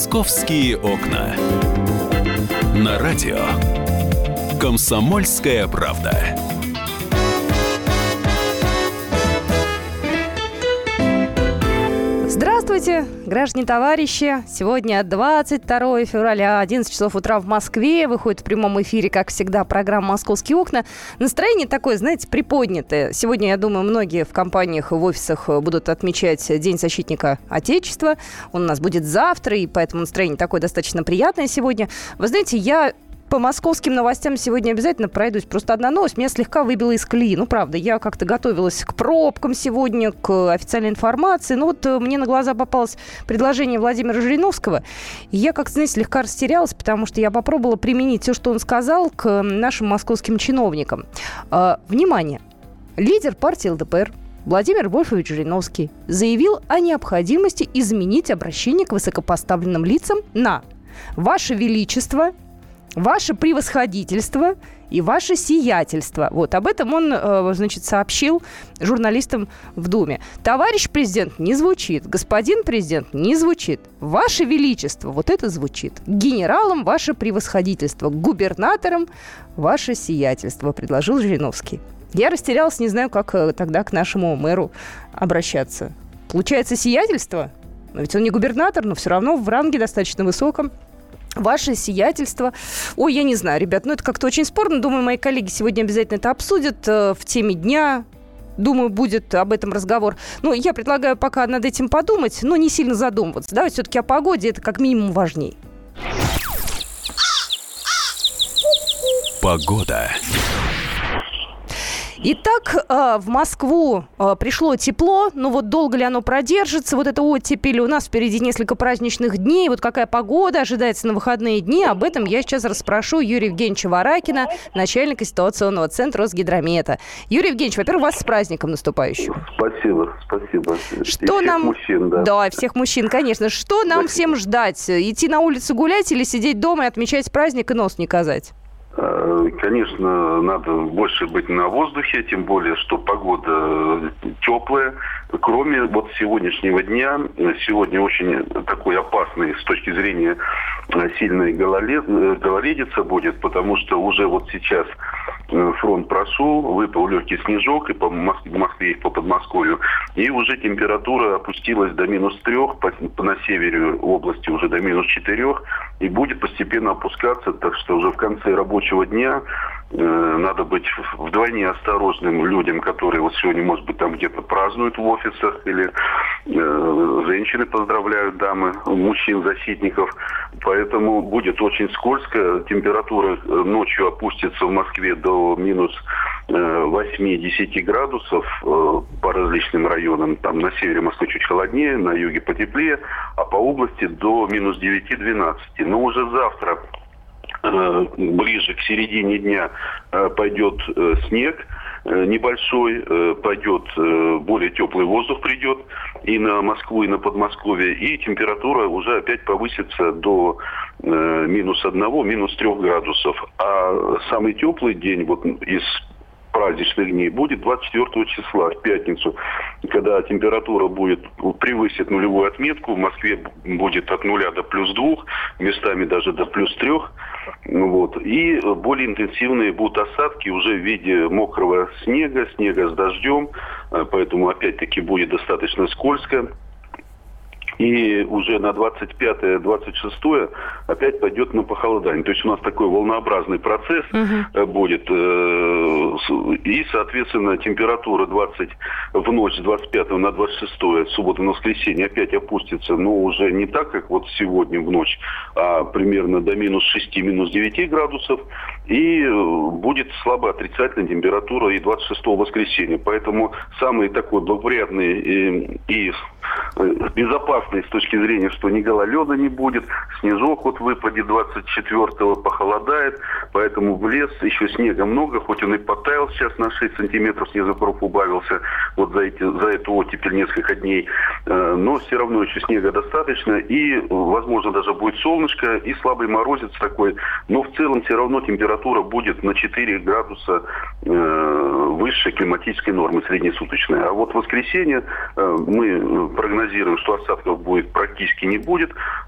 «Московские окна». На радио «Комсомольская правда». Здравствуйте, граждане, товарищи. Сегодня 22 февраля, 11 часов утра в Москве. Выходит в прямом эфире, как всегда, программа «Московские окна». Настроение такое, знаете, приподнятое. Сегодня, я думаю, многие в компаниях и в офисах будут отмечать День защитника Отечества. Он у нас будет завтра, и поэтому настроение такое достаточно приятное сегодня. Вы знаете, я по московским новостям сегодня обязательно пройдусь. Просто одна новость меня слегка выбила из колеи. Ну, правда, я как-то готовилась к пробкам сегодня, к официальной информации. Ну, вот мне на глаза попалось предложение Владимира Жириновского. И я, как-то, знаете, слегка растерялась, потому что я попробовала применить все, что он сказал, к нашим московским чиновникам. Внимание! Лидер партии ЛДПР Владимир Вольфович Жириновский заявил о необходимости изменить обращение к высокопоставленным лицам на «Ваше Величество», «Ваше превосходительство» и «Ваше сиятельство». Вот об этом он, значит, сообщил журналистам в Думе. Товарищ президент не звучит, господин президент не звучит, «Ваше Величество» вот это звучит, генералам «Ваше превосходительство», губернаторам «Ваше сиятельство», предложил Жириновский. Я растерялась, не знаю, как тогда к нашему мэру обращаться. Получается, сиятельство? Но ведь он не губернатор, но все равно в ранге достаточно высоком. Ваше сиятельство. Ой, я не знаю, ребят, это как-то очень спорно. Думаю, мои коллеги сегодня обязательно это обсудят в теме дня. Думаю, будет об этом разговор. Ну, я предлагаю пока над этим подумать, но не сильно задумываться. Давайте все-таки о погоде, это как минимум важней. Погода. Итак, в Москву пришло тепло, но вот долго ли оно продержится, вот это оттепель, у нас впереди несколько праздничных дней, вот какая погода ожидается на выходные дни, об этом я сейчас расспрошу Юрия Евгеньевича Варакина, начальника ситуационного центра Росгидромета. Юрий Евгеньевич, во-первых, вас с праздником наступающим. Спасибо. Что всех нам... мужчин, да. Да, всех мужчин, конечно. Что нам всем ждать? Идти на улицу гулять или сидеть дома и отмечать праздник и нос не казать? Конечно, надо больше быть на воздухе, тем более, что погода теплая. Кроме вот сегодняшнего дня, сегодня очень такой опасный с точки зрения сильной гололедица будет, потому что уже вот сейчас фронт прошел, выпал легкий снежок и по Москве, и по Подмосковью, и уже температура опустилась до -3, на севере области уже до -4, и будет постепенно опускаться, так что уже в конце рабочего дня надо быть вдвойне осторожным людям, которые вот сегодня, может быть, там где-то празднуют в офисах, или женщины поздравляют дамы, мужчин, защитников. Поэтому будет очень скользко. Температура ночью опустится в Москве до -8-10 градусов по различным районам. Там на севере Москвы чуть холоднее, на юге потеплее, а по области до -9-12. Но уже завтра, ближе к середине дня, пойдет снег небольшой, пойдет более теплый воздух, придет и на Москву, и на Подмосковье, и температура уже опять повысится до -1, -3 градусов. А самый теплый день вот из праздничных дней будет 24 числа, в пятницу, когда температура превысит нулевую отметку. В Москве будет от 0 до +2, местами даже до +3. Вот. И более интенсивные будут осадки уже в виде мокрого снега с дождем. Поэтому опять-таки будет достаточно скользко. И уже на 25-26 опять пойдет на похолодание. То есть у нас такой волнообразный процесс будет. И, соответственно, температура в ночь с 25 на 26, суббота на воскресенье, опять опустится, но уже не так, как вот сегодня в ночь, а примерно до -6, -9 градусов. И будет слабо отрицательная температура и 26 воскресенья. Поэтому самый такой благоприятный и безопасный с точки зрения, что ни гололеда не будет, снежок вот выпадет 24-го, похолодает, поэтому в лес еще снега много, хоть он и подтаял сейчас на 6 сантиметров, снегопад убавился вот за эту оттепель несколько дней, но все равно еще снега достаточно, и, возможно, даже будет солнышко и слабый морозец такой, но в целом все равно температура будет на 4 градуса выше климатической нормы среднесуточной. А вот в воскресенье мы прогнозируем, что осадков будет практически не будет,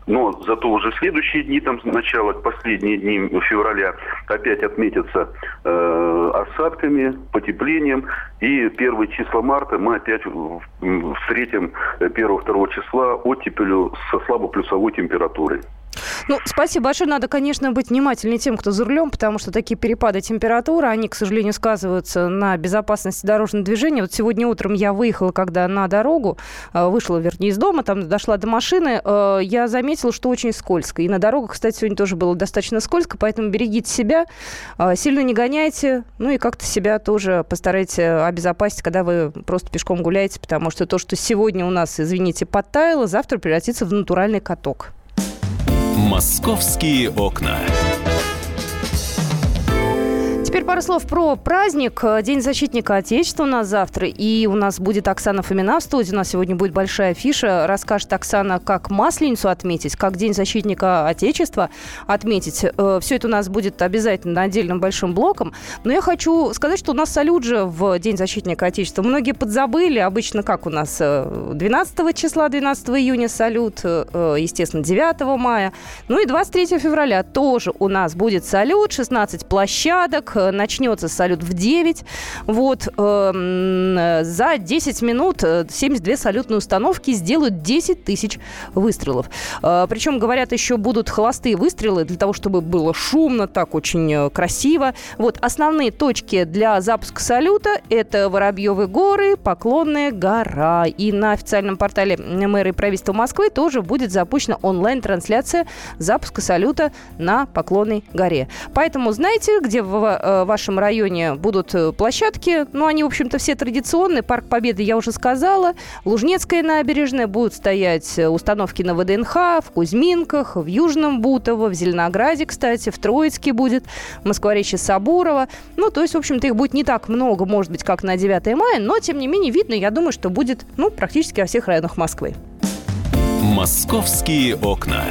Но зато уже следующие дни, там, начало, последние дни февраля, опять отметятся осадками, потеплением. И первые числа марта мы опять встретим 1-2 числа оттепелью со слабоплюсовой температурой. Ну, спасибо большое. Надо, конечно, быть внимательнее тем, кто за рулем, потому что такие перепады температуры, они, к сожалению, сказываются на безопасности дорожного движения. Вот сегодня утром я выехала, когда на дорогу, вышла, вернее, из дома, там дошла до машины, я заметила, что очень скользко. И на дорогах, кстати, сегодня тоже было достаточно скользко, поэтому берегите себя, сильно не гоняйте, ну и как-то себя тоже постарайтесь обезопасить, когда вы просто пешком гуляете, потому что то, что сегодня у нас, извините, подтаяло, завтра превратится в натуральный каток. «Московские окна». Теперь пару слов про праздник. День защитника Отечества у нас завтра. И у нас будет Оксана Фомина в студии. У нас сегодня будет большая афиша. Расскажет Оксана, как Масленицу отметить, как День защитника Отечества отметить. Все это у нас будет обязательно на отдельном большим блоком. Но я хочу сказать, что у нас салют же в День защитника Отечества. Многие подзабыли. Обычно как у нас 12 числа, 12 июня салют. Естественно, 9 мая. Ну и 23 февраля тоже у нас будет салют. 16 площадок. Начнется салют в 9. Вот. За 10 минут 72 салютные установки сделают 10 тысяч выстрелов. Причем, говорят, еще будут холостые выстрелы для того, чтобы было шумно, так очень красиво. Вот. Основные точки для запуска салюта – это Воробьевы горы, Поклонная гора. И на официальном портале мэра и правительства Москвы тоже будет запущена онлайн-трансляция запуска салюта на Поклонной горе. Поэтому знаете, где в вашем районе будут площадки. Ну, они, в общем-то, все традиционные. Парк Победы, я уже сказала. Лужнецкая набережная. Будут стоять установки на ВДНХ, в Кузьминках, в Южном Бутово, в Зеленограде, кстати, в Троицке будет, в Москворечье Сабурова. Ну, то есть, в общем-то, их будет не так много, может быть, как на 9 мая, но, тем не менее, видно, я думаю, что будет, ну, практически во всех районах Москвы. «Московские окна».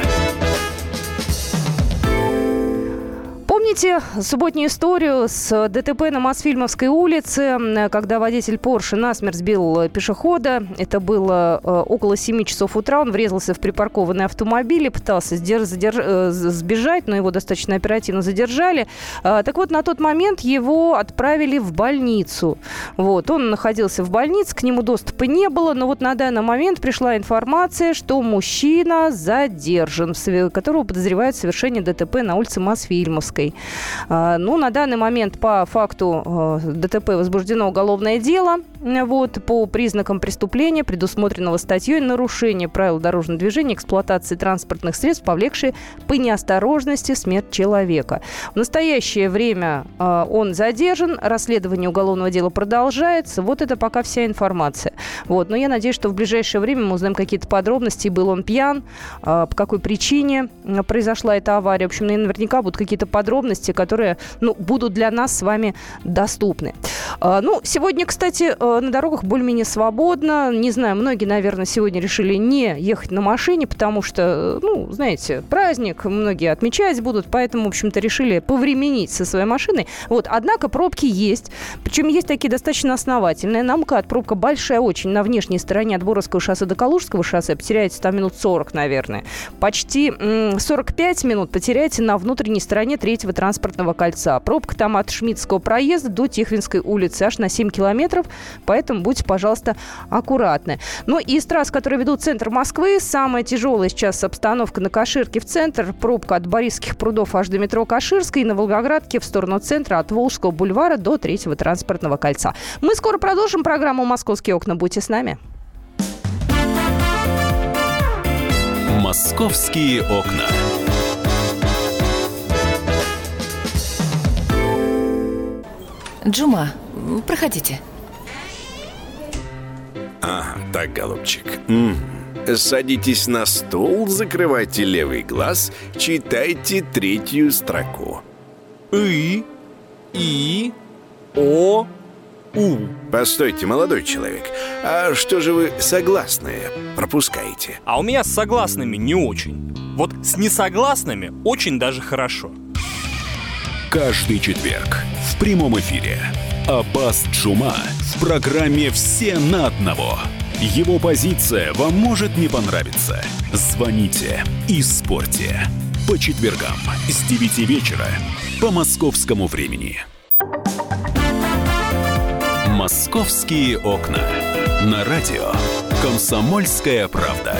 Помните субботнюю историю с ДТП на Мосфильмовской улице, когда водитель Порше насмерть сбил пешехода? Это было около 7 часов утра. Он врезался в припаркованный автомобиль и пытался сбежать, но его достаточно оперативно задержали. Так вот, на тот момент его отправили в больницу. Вот. Он находился в больнице, к нему доступа не было, но вот на данный момент пришла информация, что мужчина задержан, которого подозревают в совершении ДТП на улице Мосфильмовской. Ну, на данный момент по факту ДТП возбуждено уголовное дело. Вот, по признакам преступления, предусмотренного статьей «Нарушение правил дорожного движения, эксплуатации транспортных средств, повлекшие по неосторожности смерть человека». В настоящее время он задержан, расследование уголовного дела продолжается. Вот это пока вся информация. Вот, но я надеюсь, что в ближайшее время мы узнаем какие-то подробности. Был он пьян, по какой причине произошла эта авария. В общем, наверняка будут какие-то подробности, которые, ну, будут для нас с вами доступны. Ну, сегодня, кстати, на дорогах более-менее свободно. Не знаю, многие, наверное, сегодня решили не ехать на машине, потому что, ну, знаете, праздник, многие отмечать будут, поэтому, в общем-то, решили повременить со своей машиной. Вот, однако пробки есть. Причем есть такие достаточно основательные. На МКАД пробка большая очень на внешней стороне от Боровского шоссе до Калужского шоссе. Потеряете там минут 40, наверное. Почти 45 минут потеряете на внутренней стороне третьего транспортного кольца. Пробка там от Шмидтского проезда до Тихвинской улицы аж на 7 километров, поэтому будьте, пожалуйста, аккуратны. Ну и из трасс, которые ведут в центр Москвы, самая тяжелая сейчас обстановка на Каширке в центр. Пробка от Борисских прудов аж до метро Каширской и на Волгоградке в сторону центра от Волжского бульвара до третьего транспортного кольца. Мы скоро продолжим программу «Московские окна». Будьте с нами. «Московские окна». Джума, проходите. Ага, так, голубчик. Садитесь на стул, закрывайте левый глаз, читайте третью строку. И, О, У. Постойте, молодой человек, а что же вы согласные пропускаете? А у меня с согласными не очень. Вот с несогласными очень даже хорошо. Каждый четверг в прямом эфире Аббас Джума в программе «Все на одного». Его позиция вам может не понравиться. Звоните и спорьте. По четвергам с 9 вечера по московскому времени. «Московские окна». На радио «Комсомольская правда».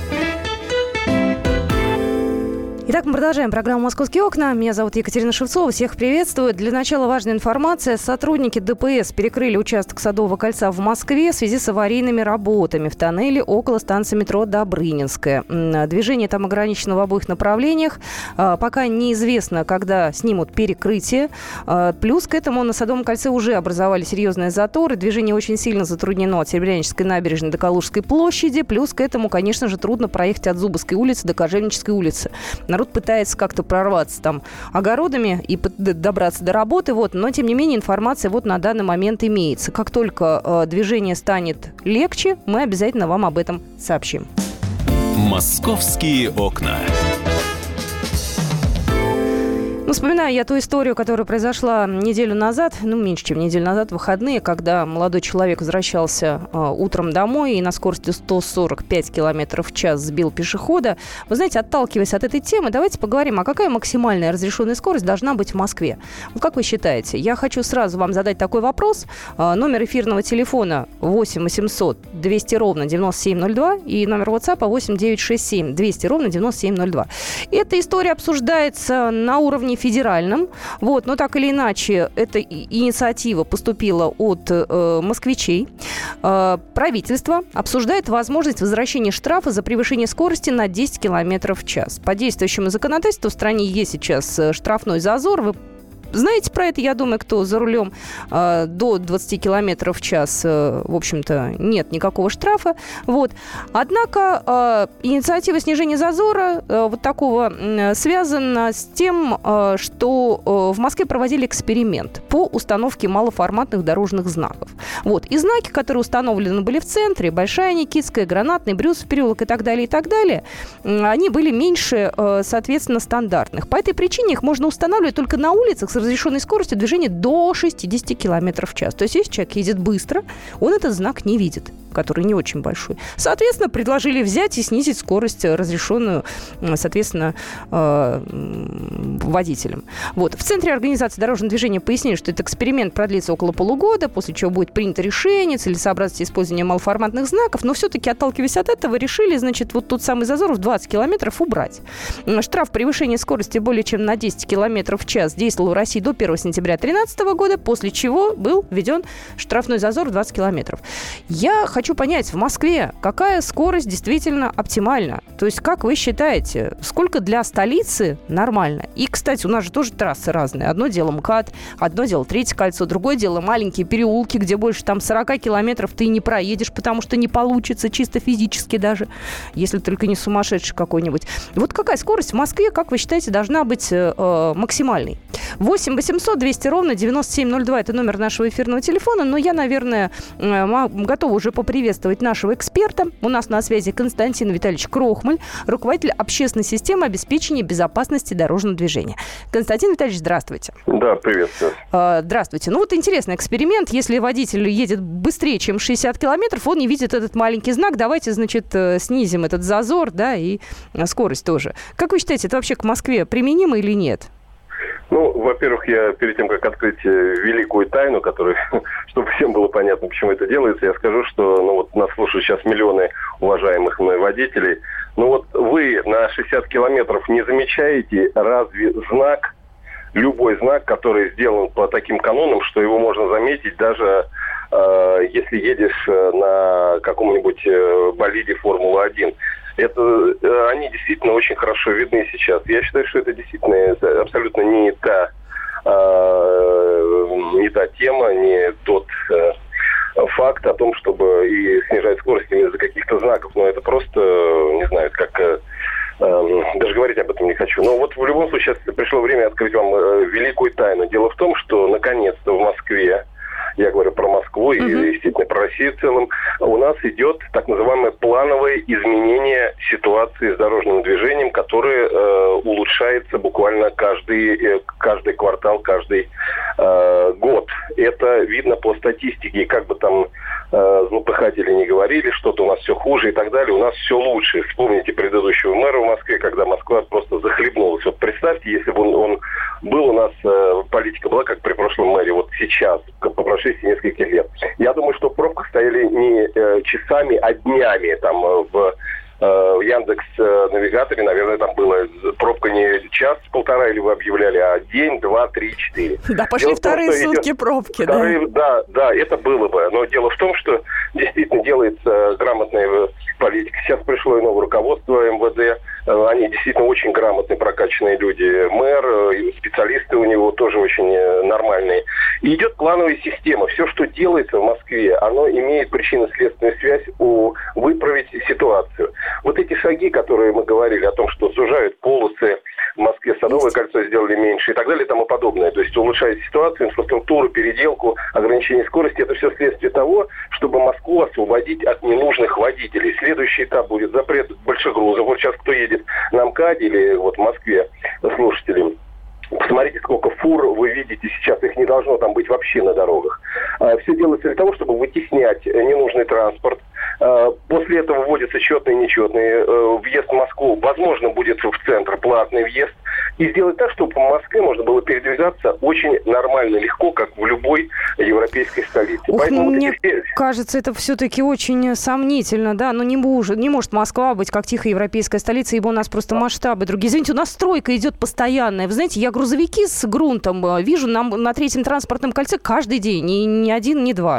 Итак, мы продолжаем программу «Московские окна». Меня зовут Екатерина Шевцова. Всех приветствую. Для начала важная информация. Сотрудники ДПС перекрыли участок Садового кольца в Москве в связи с аварийными работами в тоннеле около станции метро Добрынинская. Движение там ограничено в обоих направлениях. Пока неизвестно, когда снимут перекрытие. Плюс к этому на Садовом кольце уже образовали серьезные заторы. Движение очень сильно затруднено от Серебрянической набережной до Калужской площади. Плюс к этому, конечно же, трудно проехать от Зубовской улицы до Кожевнической улицы. Народ пытается как-то прорваться там огородами и добраться до работы, но тем не менее информация на данный момент имеется. Как только движение станет легче, мы обязательно вам об этом сообщим. «Московские окна». Вспоминаю я ту историю, которая произошла неделю назад, меньше, чем неделю назад, в выходные, когда молодой человек возвращался утром домой и на скорости 145 км в час сбил пешехода. Вы знаете, отталкиваясь от этой темы, давайте поговорим, а какая максимальная разрешенная скорость должна быть в Москве? Как вы считаете? Я хочу сразу вам задать такой вопрос. Номер эфирного телефона 8 800 200 ровно 9702 и номер WhatsApp 8 967 200 ровно 9702. Эта история обсуждается на уровне федеральном. Но так или иначе, эта инициатива поступила от москвичей. Правительство обсуждает возможность возвращения штрафа за превышение скорости на 10 км в час. По действующему законодательству в стране есть сейчас штрафной зазор. Вы знаете про это, я думаю, кто за рулем до 20 км в час, в общем-то, нет никакого штрафа. Однако инициатива снижения зазора такого связана с тем, что в Москве проводили эксперимент по установке малоформатных дорожных знаков. И знаки, которые установлены были в центре, Большая Никитская, Гранатный, Брюсов переулок и так далее, они были меньше, соответственно, стандартных. По этой причине их можно устанавливать только на улицах с разрешенной скоростью движения до 60 км в час. То есть, если человек едет быстро, он этот знак не видит, который не очень большой. Соответственно, предложили взять и снизить скорость, разрешенную, соответственно, водителям. В Центре организации дорожного движения пояснили, что этот эксперимент продлится около полугода, после чего будет принято решение целесообразности использования малоформатных знаков, но все-таки, отталкиваясь от этого, решили, тот самый зазор в 20 километров убрать. Штраф превышения скорости более чем на 10 километров в час действовал в России до 1 сентября 2013 года, после чего был введен штрафной зазор в 20 километров. Я хочу понять, в Москве какая скорость действительно оптимальна? То есть, как вы считаете, сколько для столицы нормально? И, кстати, у нас же тоже трассы разные. Одно дело МКАД, одно дело Третье кольцо, другое дело маленькие переулки, где больше 40 километров ты не проедешь, потому что не получится чисто физически даже, если только не сумасшедший какой-нибудь. Какая скорость в Москве, как вы считаете, должна быть максимальной? 8 800 200 ровно 9702 – это номер нашего эфирного телефона. Но я, наверное, готова уже поприветствовать нашего эксперта. У нас на связи Константин Витальевич Крохмаль, руководитель общественной системы обеспечения безопасности дорожного движения. Константин Витальевич, здравствуйте. Да, приветствую. Здравствуйте. Интересный эксперимент. Если водитель едет быстрее, чем 60 километров, он не видит этот маленький знак. Давайте, снизим этот зазор, и скорость тоже. Как вы считаете, это вообще к Москве применимо или нет? Во-первых, я перед тем, как открыть великую тайну, которую, чтобы всем было понятно, почему это делается, я скажу, что нас слушают сейчас миллионы уважаемых мной водителей. Вы на 60 километров не замечаете разве любой знак, который сделан по таким канонам, что его можно заметить даже если едешь на каком-нибудь болиде Формулы-1. Они действительно очень хорошо видны сейчас. Я считаю, что это действительно абсолютно не та тема, не тот факт о том, чтобы и снижать скорость из-за каких-то знаков. Это просто, не знаю, как... Даже говорить об этом не хочу. Но в любом случае, сейчас пришло время открыть вам великую тайну. Дело в том, что наконец-то в Москве, я говорю про Москву и, естественно, про Россию в целом, у нас идет так называемое плановое изменение ситуации с дорожным движением, которое улучшается буквально каждый квартал, каждый год. Это видно по статистике. И как бы там злопыхатели не говорили, что-то у нас все хуже и так далее, у нас все лучше. Вспомните предыдущего мэра в Москве, когда Москва просто захлебнулась. Вот представьте, если бы он был у нас, политика была как при прошлом мэре, вот сейчас, по прошествии нескольких лет. Я думаю, что в пробках стояли не часами, а днями. Там в Яндекс.Навигаторе, наверное, там была пробка не час-полтора, или вы объявляли, а день, 2, 3, 4. Да, пошли вторые сутки пробки, да? Да, это было бы. Но дело в том, что действительно делается грамотная политика. Сейчас пришло и новое руководство МВД. Они действительно очень грамотные, прокачанные люди. Мэр, специалисты у него тоже очень нормальные. И идет плановая система. Все, что делается в Москве, оно имеет причинно-следственную связь выправить ситуацию. Вот эти шаги, которые мы говорили о том, что сужают полосы в Москве, Садовое кольцо сделали меньше и так далее и тому подобное. То есть улучшает ситуацию, инфраструктуру, переделку, ограничение скорости. Это все следствие того, чтобы Москву освободить от ненужных водителей. Следующий этап будет запрет больших грузов. Вот сейчас кто едет на МКАДе или вот в Москве, слушатели, посмотрите, сколько фур вы видите сейчас. Их не должно там быть вообще на дорогах. Все делается для того, чтобы вытеснять ненужный транспорт. После этого вводится четный и нечетный въезд в Москву. Возможно, будет в центр платный въезд. И сделать так, чтобы по Москве можно было передвигаться очень нормально, легко, как в любой европейской столице. Поэтому мне кажется, это все-таки очень сомнительно, да, но не может Москва быть как тихая европейская столица, ибо у нас просто масштабы другие. Извините, у нас стройка идет постоянная. Вы знаете, я грузовики с грунтом вижу на 3-м транспортном кольце каждый день, ни один, ни два.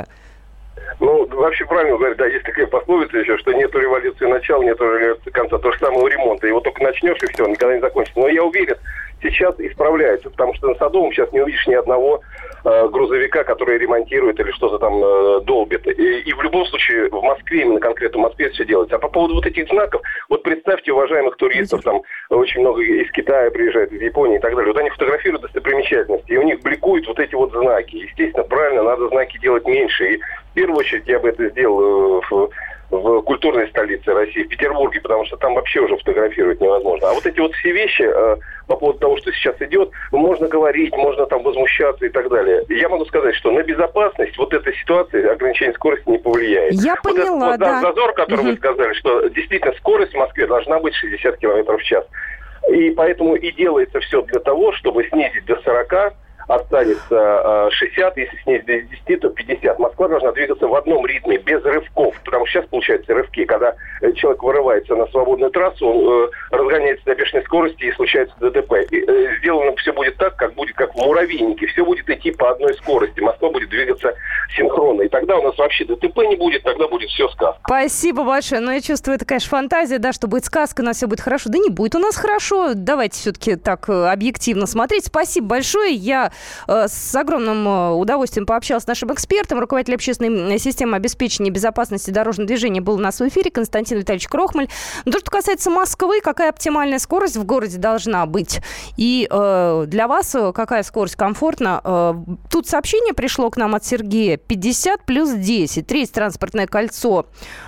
Ну, вообще правильно говорят, да, есть такая пословица еще, что нету революции начала, нету революции конца. То же самое у ремонта. Его только начнешь, и все, никогда не закончится. Но я уверен, сейчас исправляется, потому что на Садовом сейчас не увидишь ни одного грузовика, который ремонтирует или что-то там долбит. И в любом случае в Москве, именно конкретно в Москве все делается. А по поводу вот этих знаков, вот представьте уважаемых туристов, там очень много из Китая приезжают, из Японии и так далее. Вот они фотографируют достопримечательности, и у них бликуют вот эти вот знаки. Естественно, правильно, надо знаки делать меньше. И в первую очередь я бы это сделал в культурной столице России, в Петербурге, потому что там вообще уже фотографировать невозможно. А вот эти вот все вещи по поводу того, что сейчас идет, можно говорить, можно там возмущаться и так далее. Я могу сказать, что на безопасность вот эта ситуация, ограничение скорости не повлияет. Я поняла, вот да. Зазор, который вы сказали, что действительно скорость в Москве должна быть 60 км в час. И поэтому и делается все для того, чтобы снизить до 40, останется 60, если снизить до 10, то 50. Москва должна двигаться в одном ритме, без рывков. Потому что сейчас получаются рывки, когда человек вырывается на свободную трассу, он разгоняется до бешеной скорости и случается ДТП. И сделано все будет так, как в муравейнике. Все будет идти по одной скорости. Москва будет двигаться синхронно. И тогда у нас вообще ДТП не будет, тогда будет все сказка. Спасибо большое. Но я чувствую, это, конечно, фантазия, да, что будет сказка, у нас все будет хорошо. Да не будет у нас хорошо. Давайте все-таки так объективно смотреть. Спасибо большое. Я с огромным удовольствием пообщалась с нашим экспертом. Руководитель общественной системы обеспечения безопасности дорожного движения был у нас в эфире Константин Витальевич Крохмаль. Но то, что касается Москвы, какая оптимальная скорость в городе должна быть? И для вас какая скорость комфортна? Тут сообщение пришло к нам от Сергея. 50 плюс 10. Третье транспортное кольцо.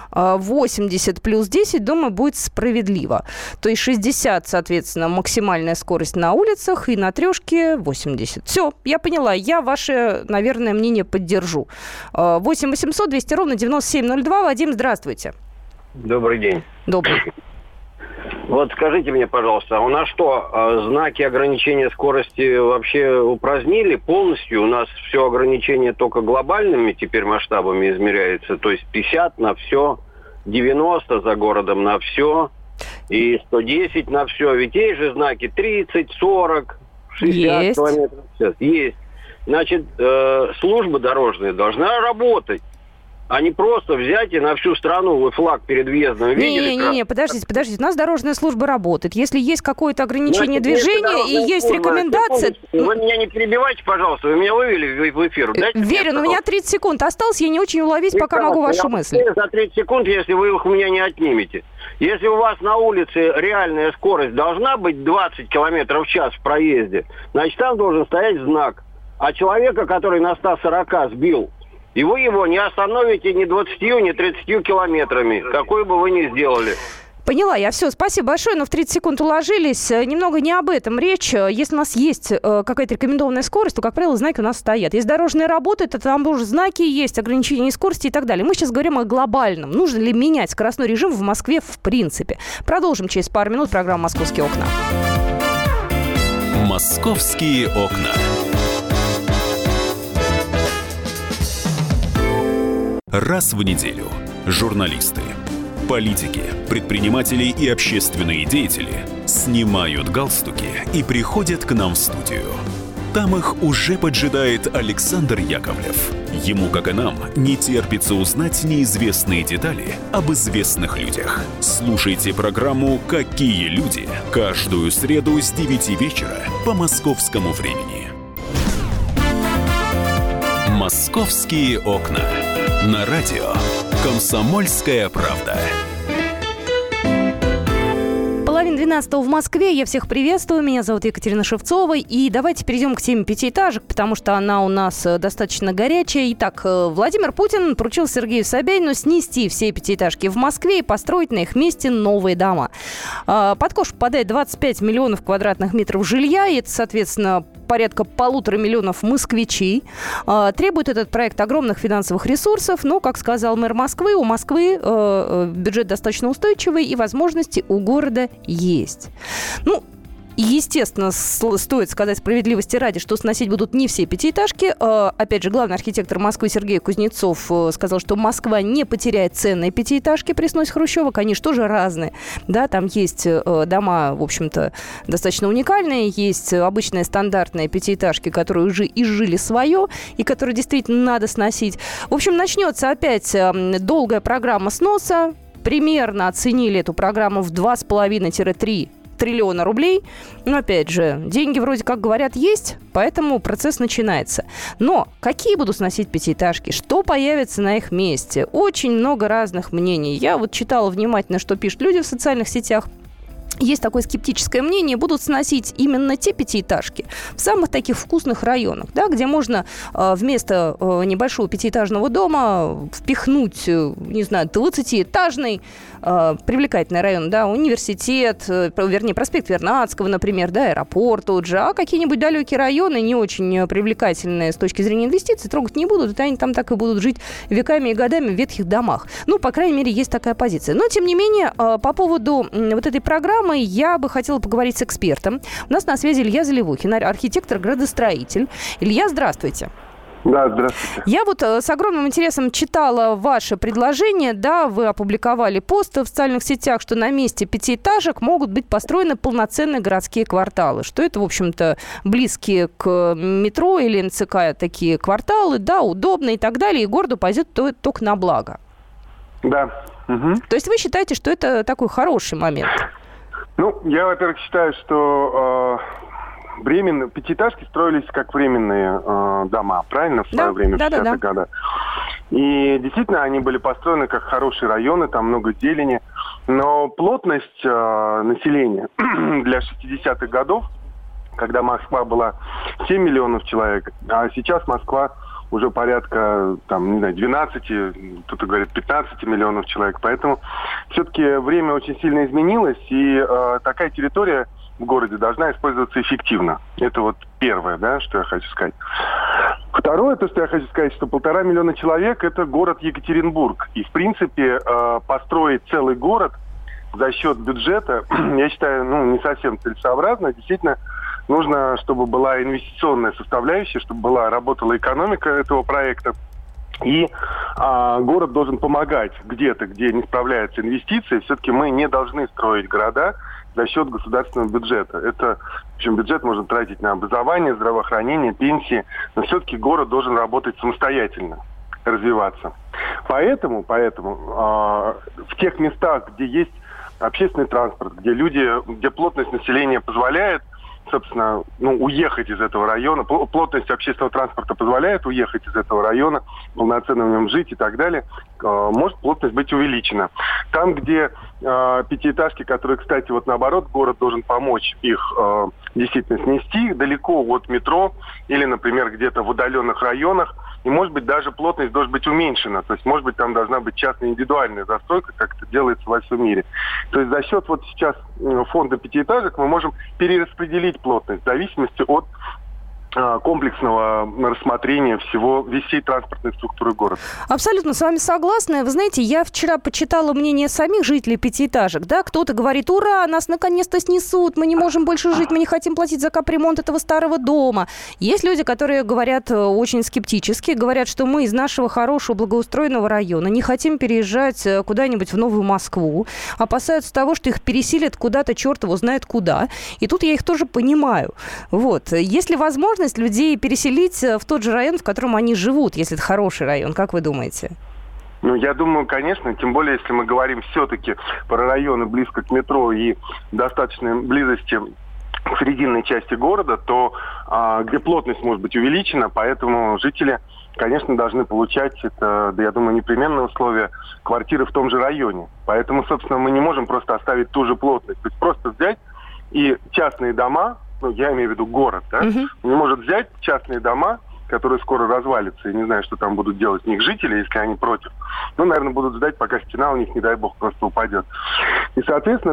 80 плюс 10, думаю, будет справедливо. То есть 60, соответственно, максимальная скорость на улицах, и на трешке 80. Все, я поняла. Я ваше, наверное, мнение поддержу. 8 800 200 ровно 9702. Вадим, здравствуйте. Добрый день. Добрый. Вот скажите мне, пожалуйста, у нас что, знаки ограничения скорости вообще упразднили полностью? У нас все ограничения только глобальными теперь масштабами измеряются, то есть 50 на все, 90 за городом на все и 110 на все. Ведь есть же знаки 30, 40, 60 километров в час. Есть. Значит, служба дорожная должна работать. А не просто взять и на всю страну вы флаг перед въездом видели? Не, подождите. У нас дорожная служба работает. Если есть какое-то ограничение движения и есть рекомендация... Вы меня не перебивайте, пожалуйста. Вы меня вывели в эфир. Верю, но у меня 30 секунд осталось. Я не очень уловить, пока могу вашу мысль. За 30 секунд, если вы их у меня не отнимете. Если у вас на улице реальная скорость должна быть 20 км в час в проезде, значит, там должен стоять знак. А человека, который на 140 сбил И вы его не остановите ни 20, ни 30 километрами, какой бы вы ни сделали. Поняла я. Все, спасибо большое, но в 30 секунд уложились. Немного не об этом речь. Если у нас есть какая-то рекомендованная скорость, то, как правило, знаки у нас стоят. Есть дорожные работы, то там уже знаки есть, ограничения скорости и так далее. Мы сейчас говорим о глобальном. Нужно ли менять скоростной режим в Москве в принципе? Продолжим через пару минут программу «Московские окна». «Московские окна». Раз в неделю журналисты, политики, предприниматели и общественные деятели снимают галстуки и приходят к нам в студию. Там их уже поджидает Александр Яковлев. Ему, как и нам, не терпится узнать неизвестные детали об известных людях. Слушайте программу «Какие люди» каждую среду с 9 вечера по московскому времени. «Московские окна». На радио «Комсомольская правда». 11:30 в Москве. Я всех приветствую. Меня зовут Екатерина Шевцова. И давайте перейдем к теме пятиэтажек, потому что она у нас достаточно горячая. Итак, Владимир Путин поручил Сергею Собянину снести все пятиэтажки в Москве и построить на их месте новые дома. Под кош попадает 25 миллионов квадратных метров жилья. И это, соответственно, порядка 1,5 миллиона москвичей. Требует этот проект огромных финансовых ресурсов. Но, как сказал мэр Москвы, у Москвы бюджет достаточно устойчивый и возможности у города есть. Ну, естественно, стоит сказать справедливости ради, что сносить будут не все пятиэтажки. Опять же, главный архитектор Москвы Сергей Кузнецов сказал, что Москва не потеряет ценные пятиэтажки при сносе хрущевок. Они же тоже разные. Да, там есть дома, в общем-то, достаточно уникальные. Есть обычные стандартные пятиэтажки, которые уже изжили свое и которые действительно надо сносить. В общем, начнется опять долгая программа сноса. Примерно оценили эту программу в 2,5-3 триллиона рублей. Но, опять же, деньги вроде как говорят есть, поэтому процесс начинается. Но какие будут сносить пятиэтажки? Что появится на их месте? Очень много разных мнений. Я вот читала внимательно, что пишут люди в социальных сетях. Есть такое скептическое мнение, будут сносить именно те пятиэтажки в самых таких вкусных районах, да, где можно вместо небольшого пятиэтажного дома впихнуть, не знаю, 20-этажный привлекательный район, да, университет, вернее, проспект Вернадского, например, да, аэропорт тот же, а какие-нибудь далекие районы, не очень привлекательные с точки зрения инвестиций, трогать не будут, и они там так и будут жить веками и годами в ветхих домах. Ну, по крайней мере, есть такая позиция. Но, тем не менее, по поводу вот этой программы я бы хотела поговорить с экспертом. У нас на связи Илья Заливухин, архитектор-градостроитель. Илья, здравствуйте. Да, здравствуйте. Я вот с огромным интересом читала ваше предложение. Да, вы опубликовали пост в социальных сетях, что на месте пятиэтажек могут быть построены полноценные городские кварталы. Что это, в общем-то, близкие к метро или НЦК такие кварталы, да, удобно и так далее, и городу пойдет только на благо. Да. Угу. То есть вы считаете, что это такой хороший момент? Ну, я, во-первых, считаю, что пятиэтажки строились как временные дома, правильно, в свое время, в 60-е годы. И действительно, они были построены как хорошие районы, там много зелени. Но плотность населения для 60-х годов, когда Москва была 7 миллионов человек, а сейчас Москва уже порядка, там, не знаю, 12, кто-то говорит 15 миллионов человек. Поэтому все-таки время очень сильно изменилось, и такая территория в городе должна использоваться эффективно. Это вот первое, да, что я хочу сказать. Второе, то, что я хочу сказать, что 1,5 миллиона человек – это город Екатеринбург. И, в принципе, построить целый город за счет бюджета, я считаю, не совсем целесообразно. Действительно, нужно, чтобы была инвестиционная составляющая, чтобы работала экономика этого проекта. И город должен помогать где-то, где не справляются инвестиции. Все-таки мы не должны строить города за счет государственного бюджета. Это, в общем, бюджет можно тратить на образование, здравоохранение, пенсии. Но все-таки город должен работать самостоятельно, развиваться. Поэтому в тех местах, где есть общественный транспорт, где плотность населения позволяет, собственно, уехать из этого района, плотность общественного транспорта позволяет уехать из этого района, полноценно в нем жить и так далее, может плотность быть увеличена. Там, где пятиэтажки, которые, кстати, вот наоборот, город должен помочь их действительно снести далеко от метро или, например, где-то в удаленных районах. И, может быть, даже плотность должна быть уменьшена. То есть, может быть, там должна быть частная индивидуальная застройка, как это делается во всем мире. То есть за счет вот сейчас фонда пятиэтажек мы можем перераспределить плотность в зависимости от комплексного рассмотрения всей транспортной структуры города. Абсолютно с вами согласна. Вы знаете, я вчера почитала мнение самих жителей пятиэтажек. Да? Кто-то говорит: ура, нас наконец-то снесут, мы не можем больше жить, мы не хотим платить за капремонт этого старого дома. Есть люди, которые говорят очень скептически, говорят, что мы из нашего хорошего благоустроенного района не хотим переезжать куда-нибудь в Новую Москву, опасаются того, что их переселят куда-то, черт его знает куда. И тут я их тоже понимаю. Вот. Если возможно людей переселить в тот же район, в котором они живут, если это хороший район, как вы думаете? Ну, я думаю, конечно, тем более, если мы говорим все-таки про районы близко к метро и достаточной близости к срединной части города, то где плотность может быть увеличена, поэтому жители, конечно, должны получать, это, да, я думаю, непременное условие, квартиры в том же районе. Поэтому, собственно, мы не можем просто оставить ту же плотность. То есть просто взять и частные дома, ну, я имею в виду город, да, не может взять частные дома, которые скоро развалятся, и не знаю, что там будут делать с них жители, если они против. Ну, наверное, будут ждать, пока стена у них, не дай бог, просто упадет. И, соответственно,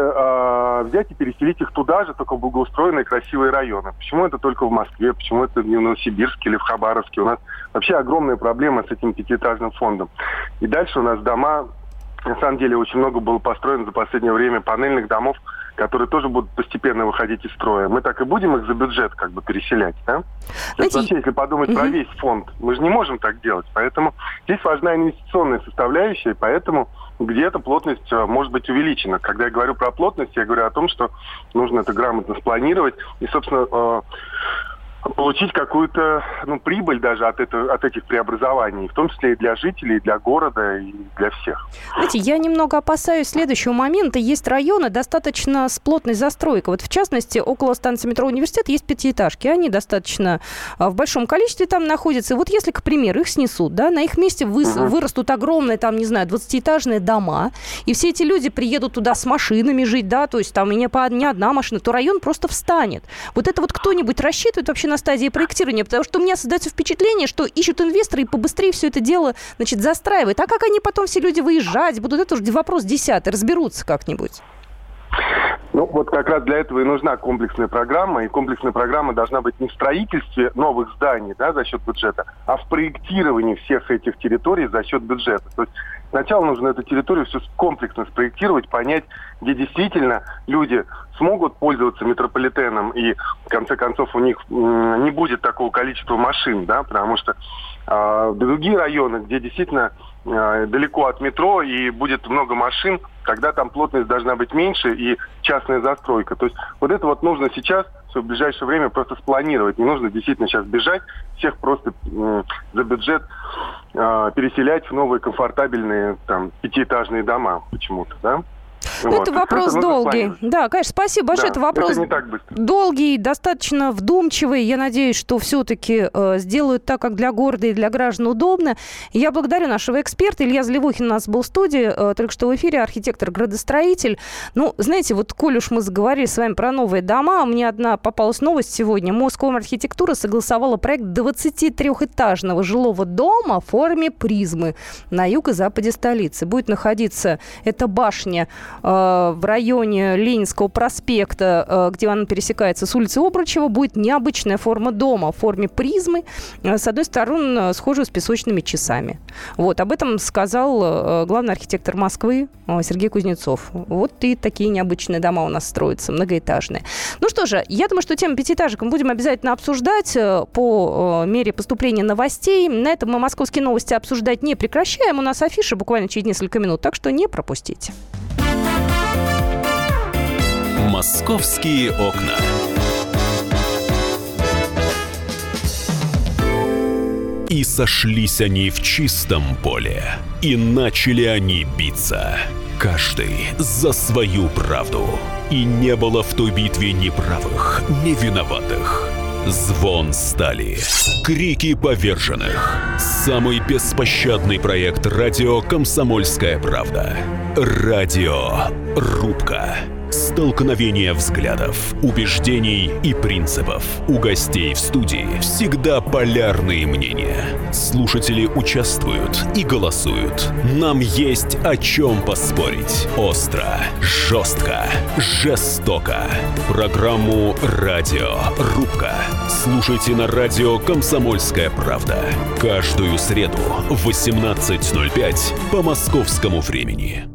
дальше взять и переселить их туда же, только в благоустроенные красивые районы. Почему это только в Москве, почему это не в Новосибирске или в Хабаровске? У нас вообще огромная проблема с этим пятиэтажным фондом. И дальше у нас дома, на самом деле, очень много было построено за последнее время панельных домов, которые тоже будут постепенно выходить из строя. Мы так и будем их за бюджет как бы переселять, да? Вообще, если подумать про весь фонд, мы же не можем так делать. Поэтому здесь важна инвестиционная составляющая, и поэтому где-то плотность может быть увеличена. Когда я говорю про плотность, я говорю о том, что нужно это грамотно спланировать и, собственно, получить какую-то прибыль даже от этих преобразований, в том числе и для жителей, и для города, и для всех. Знаете, я немного опасаюсь следующего момента. Есть районы достаточно с плотной застройкой. Вот в частности, около станции метро Университет есть пятиэтажки. Они достаточно в большом количестве там находятся. И вот если, к примеру, их снесут, да, на их месте вырастут огромные, там, не знаю, 20-этажные дома, и все эти люди приедут туда с машинами жить, да, то есть там и не одна машина, то район просто встанет. Вот это вот кто-нибудь рассчитывает вообще на стадии проектирования, потому что у меня создается впечатление, что ищут инвесторы и побыстрее все это дело, значит, застраивают. А как они потом все люди выезжать будут? Это уже вопрос 10-й, разберутся как-нибудь. Ну, вот как раз для этого и нужна комплексная программа, и комплексная программа должна быть не в строительстве новых зданий, да, за счет бюджета, а в проектировании всех этих территорий за счет бюджета. То есть сначала нужно эту территорию все комплексно спроектировать, понять, где действительно люди смогут пользоваться метрополитеном, и в конце концов у них не будет такого количества машин, да, потому что другие районы, где действительно далеко от метро и будет много машин, тогда там плотность должна быть меньше и частная застройка. То есть вот это вот нужно сейчас, все в ближайшее время просто спланировать. Не нужно действительно сейчас бежать, всех просто за бюджет переселять в новые комфортабельные там пятиэтажные дома почему-то, да? Вот. Это вопрос долгий. Да, конечно, спасибо большое. Да, это вопрос это не так быстро. Долгий, достаточно вдумчивый. Я надеюсь, что все-таки сделают так, как для города и для граждан удобно. Я благодарю нашего эксперта. Илья Заливухин у нас был в студии, только что в эфире, архитектор-градостроитель. Ну, знаете, вот коль уж мы заговорили с вами про новые дома, мне одна попалась новость сегодня. Москомархитектура согласовала проект 23-этажного жилого дома в форме призмы на юго-западе столицы. Будет находиться эта башня в районе Ленинского проспекта, где она пересекается с улицы Обручева, будет необычная форма дома в форме призмы, с одной стороны, схожую с песочными часами. Вот, об этом сказал главный архитектор Москвы Сергей Кузнецов. Вот и такие необычные дома у нас строятся, многоэтажные. Ну что же, я думаю, что тему пятиэтажек мы будем обязательно обсуждать по мере поступления новостей. На этом мы московские новости обсуждать не прекращаем. У нас афиша буквально через несколько минут, так что не пропустите. «Московские окна». И сошлись они в чистом поле, и начали они биться, каждый за свою правду. И не было в той битве ни правых, ни виноватых. Звон стали, крики поверженных. Самый беспощадный проект радио «Комсомольская правда». Радиорубка. Столкновение взглядов, убеждений и принципов. У гостей в студии всегда полярные мнения. Слушатели участвуют и голосуют. Нам есть о чем поспорить. Остро, жестко, жестоко. Программу «Радиорубка» слушайте на радио «Комсомольская правда». Каждую среду в 18:05 по московскому времени.